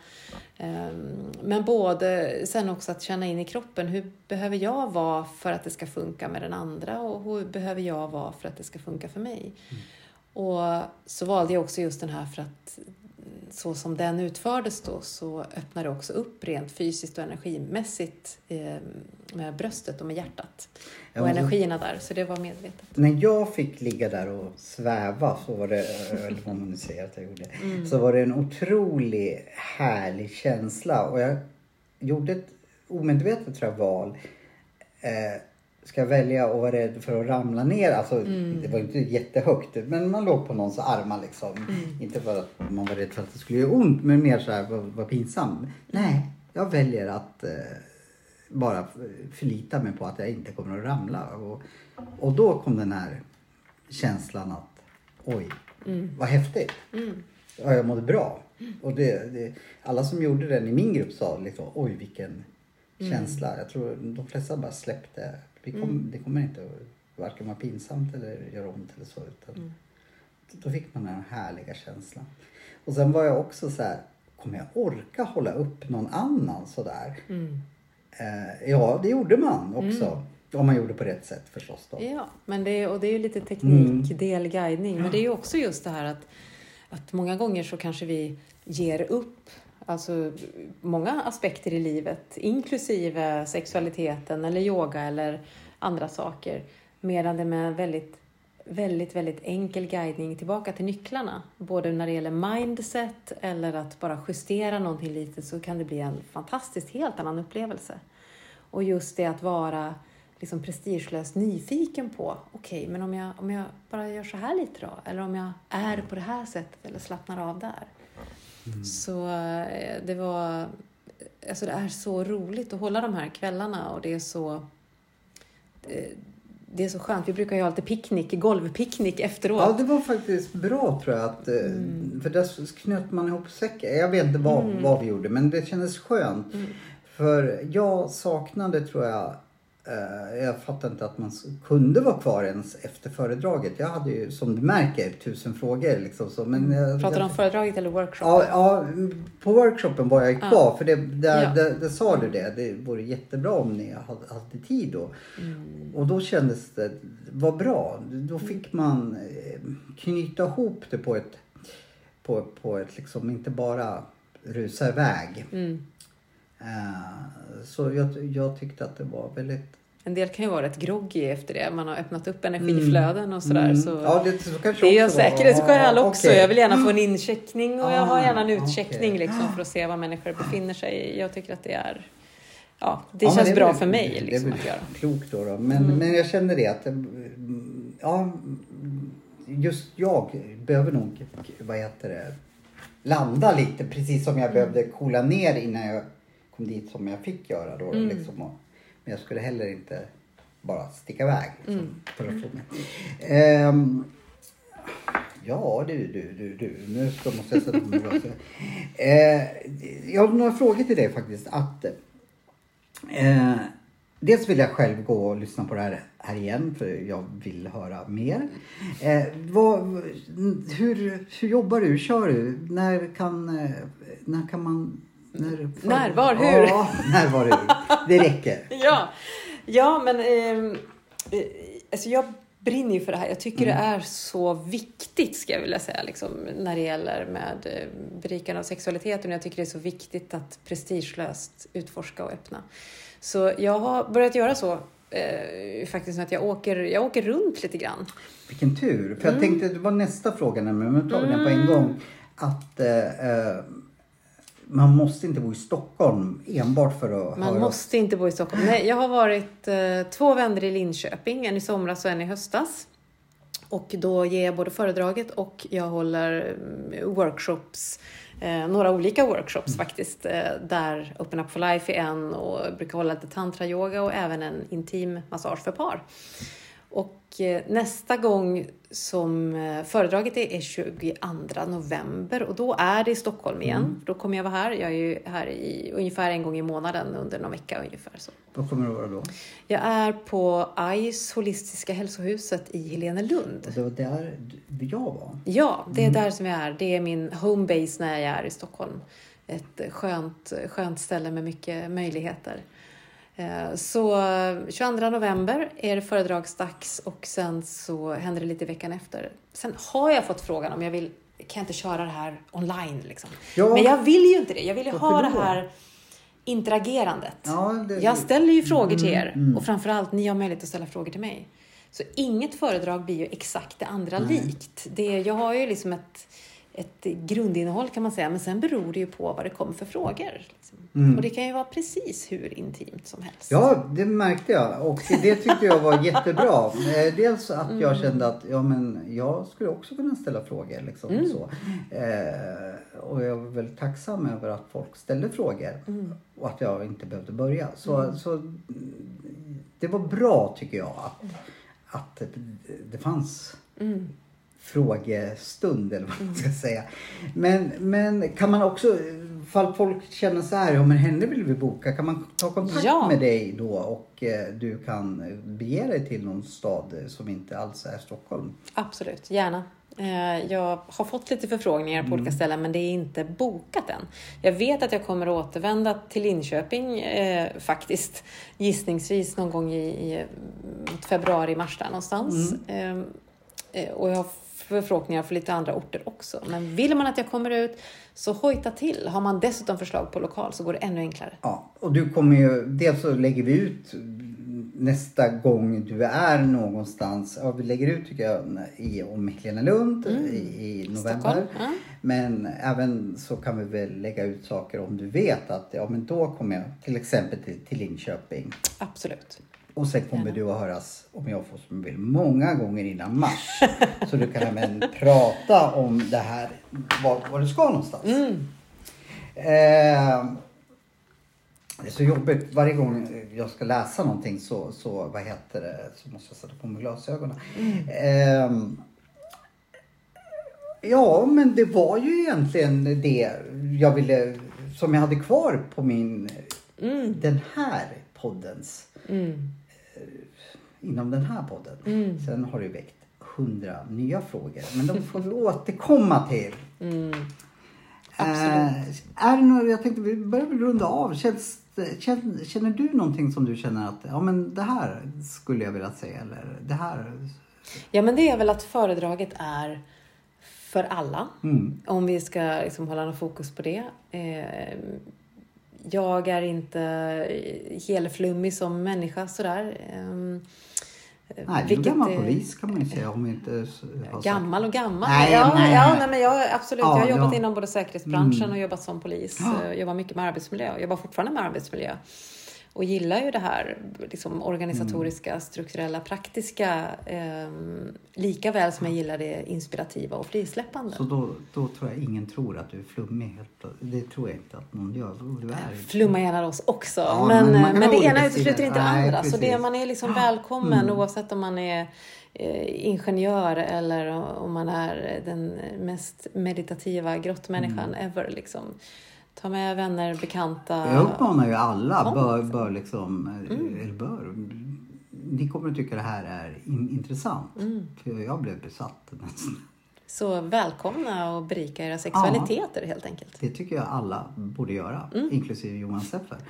Speaker 2: Men både sen också att känna in i kroppen, hur behöver jag vara för att det ska funka med den andra, och hur behöver jag vara för att det ska funka för mig. Och så valde jag också just den här för att så som den utfördes då, så öppnar det också upp rent fysiskt och energimässigt med bröstet och med hjärtat. Och energierna där, så det var medvetet.
Speaker 1: När jag fick ligga där och sväva, så var det, eller vad man nu säger att jag gjorde, så var det en otrolig härlig känsla. Och jag gjorde ett omedvetet, tror jag, val. Ska jag välja att vara rädd för att ramla ner? Alltså, det var inte jättehögt, men man låg på någons armar liksom. Inte för att man var rädd för att det skulle göra ont, men mer så här, var pinsam. Nej, jag väljer att bara förlita mig på att jag inte kommer att ramla. Och då kom den här känslan att, oj, vad häftigt. Ja, jag mådde bra. Och alla som gjorde den i min grupp sa liksom, oj, vilken känsla. Jag tror de flesta bara släppte. Det kommer inte att varken vara pinsamt eller göra ont eller så. Utan då fick man den här härliga känslan. Och sen var jag också så här, kommer jag orka hålla upp någon annan så där? Ja, det gjorde man också. Om man gjorde på rätt sätt förstås då.
Speaker 2: Ja, men det är ju lite teknik, delguidning. Men det är ju också just det här att många gånger så kanske vi ger upp. Alltså många aspekter i livet, inklusive sexualiteten eller yoga eller andra saker. Medan det med väldigt, väldigt, väldigt enkel guidning tillbaka till nycklarna. Både när det gäller mindset eller att bara justera någonting lite, så kan det bli en fantastiskt helt annan upplevelse. Och just det att vara liksom prestigelöst nyfiken på, okej, men om jag bara gör så här lite då. Eller om jag är på det här sättet eller slappnar av där. Så det är så roligt att hålla de här kvällarna, och det är så skönt. Vi brukar ju ha lite golvpicknick efteråt.
Speaker 1: Ja, det var faktiskt bra, tror jag, att för där knöt man ihop säcken. Jag vet inte vad vi gjorde, men det kändes skönt. För jag saknade, tror jag fattar inte att man kunde vara kvar ens efter föredraget. Jag hade ju, som du märker, 1000 frågor. Liksom, så, men
Speaker 2: pratar du om föredraget eller workshopen?
Speaker 1: Ja, på workshopen var jag kvar. För det sa du det. Det vore jättebra om ni hade tid då. Och då kändes det var bra. Då fick man knyta ihop det på ett liksom, inte bara rusa iväg. Så jag tyckte att det var väldigt...
Speaker 2: En del kan ju vara rätt groggy efter det. Man har öppnat upp energiflöden och sådär. Så
Speaker 1: ja, så kanske
Speaker 2: det är jag säkerhetsskäl också.
Speaker 1: Okay.
Speaker 2: Jag vill gärna få en incheckning och jag har gärna en utcheckning liksom, för att se var människor befinner sig. Jag tycker att det är... Ja, det känns bra för mig liksom, att göra.
Speaker 1: Klokt då. Men jag kände det att... Ja, just jag behöver nog, landa lite. Precis som jag behövde coola ner innan jag kom dit, som jag fick göra då. Liksom, men jag skulle heller inte bara sticka iväg. Liksom, för att få mig. Ja, du. Nu måste jag sätta på mig glasögon. Jag har några frågor till dig faktiskt. Att, dels vill jag själv gå och lyssna på det här igen, för jag vill höra mer. Hur jobbar du? Hur kör du? När kan man...
Speaker 2: När, var, hur?
Speaker 1: Ja, när, var, hur. Det räcker.
Speaker 2: Ja, men alltså jag brinner ju för det här. Jag tycker det är så viktigt, ska jag vilja säga, liksom, när det gäller med berikande av sexualiteten. Jag tycker det är så viktigt att prestigelöst utforska och öppna. Så jag har börjat göra så faktiskt, att jag åker runt lite grann. Vilken
Speaker 1: tur. För jag tänkte, det var nästa fråga, men tar den på en gång. Att... man måste inte bo i Stockholm enbart för att
Speaker 2: Man måste inte bo i Stockholm. Nej, jag har varit 2 vändor i Linköping. En i somras och en i höstas. Och då ger jag både föredraget och jag håller workshops. Några olika workshops faktiskt. Där Open Up for Life är en. Och jag brukar hålla lite tantra-yoga och även en intim massage för par. Och nästa gång som föredraget är 22 november och då är det i Stockholm igen. Då kommer jag vara här. Jag är ju här i ungefär en gång i månaden under någon vecka ungefär. Så.
Speaker 1: Vad kommer du vara då?
Speaker 2: Jag är på ICE Holistiska hälsohuset i Helenelund.
Speaker 1: Och det var där jag var?
Speaker 2: Ja, det är där som jag är. Det är min home base när jag är i Stockholm. Ett skönt ställe med mycket möjligheter. Så 22 november är det föredragsdags och sen så händer det lite veckan efter. Sen har jag fått frågan om kan jag inte köra det här online liksom. Ja. Men jag vill ju inte det. Jag vill ju ha det här interagerandet. Ja, jag ställer ju frågor till er och framförallt ni har möjlighet att ställa frågor till mig. Så inget föredrag blir ju exakt det andra likt. Jag har ju liksom ett grundinnehåll kan man säga. Men sen beror det ju på vad det kommer för frågor. Liksom. Och det kan ju vara precis hur intimt som helst.
Speaker 1: Ja, det märkte jag. Och det tyckte jag var jättebra. Dels att jag kände att jag skulle också kunna ställa frågor. Liksom, så. Och jag var väldigt tacksam över att folk ställde frågor. Och att jag inte behövde börja. Så det var bra tycker jag. Att det fanns... frågestund eller vad man ska säga. Men kan man också, fall folk känner så här, men henne vill vi boka, kan man ta kontakt med dig då och du kan bege dig till någon stad som inte alls är Stockholm?
Speaker 2: Absolut, gärna. Jag har fått lite förfrågningar på olika ställen men det är inte bokat än. Jag vet att jag kommer att återvända till Linköping faktiskt gissningsvis någon gång i februari-mars där någonstans. Och jag har förfrågningar för lite andra orter också. Men vill man att jag kommer ut så hojta till. Har man dessutom förslag på lokal så går det ännu enklare. Ja,
Speaker 1: och du kommer ju, dels så lägger vi ut nästa gång du är någonstans. Ja, vi lägger ut tycker jag om Helenelund i november. Men även så kan vi väl lägga ut saker om du vet att men då kommer jag till exempel till Linköping.
Speaker 2: Absolut.
Speaker 1: Och sen kommer du att höras, om jag får som vill, många gånger innan mars. Så du kan även prata om det här, var du ska någonstans. Det är så jobbigt, varje gång jag ska läsa någonting så måste jag sätta på mig glasögonen. Ja, men det var ju egentligen det jag ville, som jag hade kvar på min, den här poddens. Inom den här podden. Sen har det väckt 100 nya frågor. Men de får vi återkomma till. Är det något, jag tänkte vi börjar väl runda av. Känner du någonting som du känner att men det här skulle jag vilja säga eller det här?
Speaker 2: Ja, men det är väl att föredraget är för alla. Om vi ska liksom hålla någon fokus på det. Jag är inte helflummig som människa sådär.
Speaker 1: Nej, du är gammal polis kan man ju säga. Om inte
Speaker 2: gammal och gammal.
Speaker 1: Nej.
Speaker 2: Men jag, absolut. Jag har jobbat inom både säkerhetsbranschen och jobbat som polis. Jobbar mycket med arbetsmiljö. Jag jobbar fortfarande med arbetsmiljö. Och gillar ju det här liksom, organisatoriska, strukturella, praktiska lika väl som jag gillar det inspirativa och frisläppande.
Speaker 1: Så då tror jag ingen tror att du är flummig. Det tror jag inte att någon gör. Du är
Speaker 2: flumma gärna oss också. Ja, men det ena utesluter inte det andra. Precis. Så det, man är liksom välkommen oavsett om man är ingenjör eller om man är den mest meditativa grottmänniskan ever liksom. Ta med vänner, bekanta.
Speaker 1: Jag uppmanar ju alla bör liksom ni kommer att tycka det här är intressant. För jag blev besatt nästan.
Speaker 2: Så välkomna och berika era sexualiteter helt enkelt.
Speaker 1: Det tycker jag alla borde göra, inklusive Johan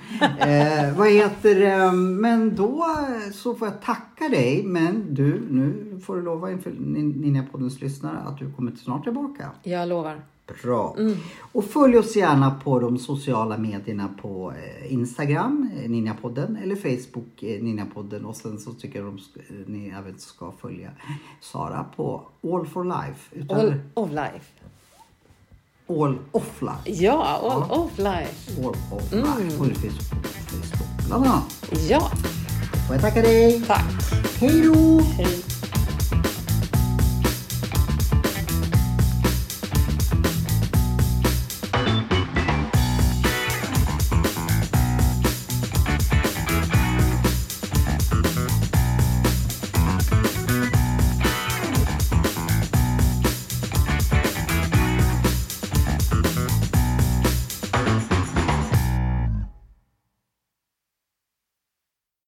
Speaker 1: Seffer. Men då så får jag tacka dig, men nu får du lova inför Ninjapoddens lyssnare att du kommer snart tillbaka.
Speaker 2: Jag lovar.
Speaker 1: Bra. Och följ oss gärna på de sociala medierna på Instagram, Ninjapodden, eller Facebook, Ninjapodden. Och sen så tycker jag ni även ska följa Sara på All for Life.
Speaker 2: All of Life.
Speaker 1: All of Life.
Speaker 2: Ja, All of Life.
Speaker 1: All of Life. Och det finns på Facebook bland annat.
Speaker 2: Ja.
Speaker 1: Och jag tackar dig.
Speaker 2: Tack.
Speaker 1: Hej då.
Speaker 2: Hej.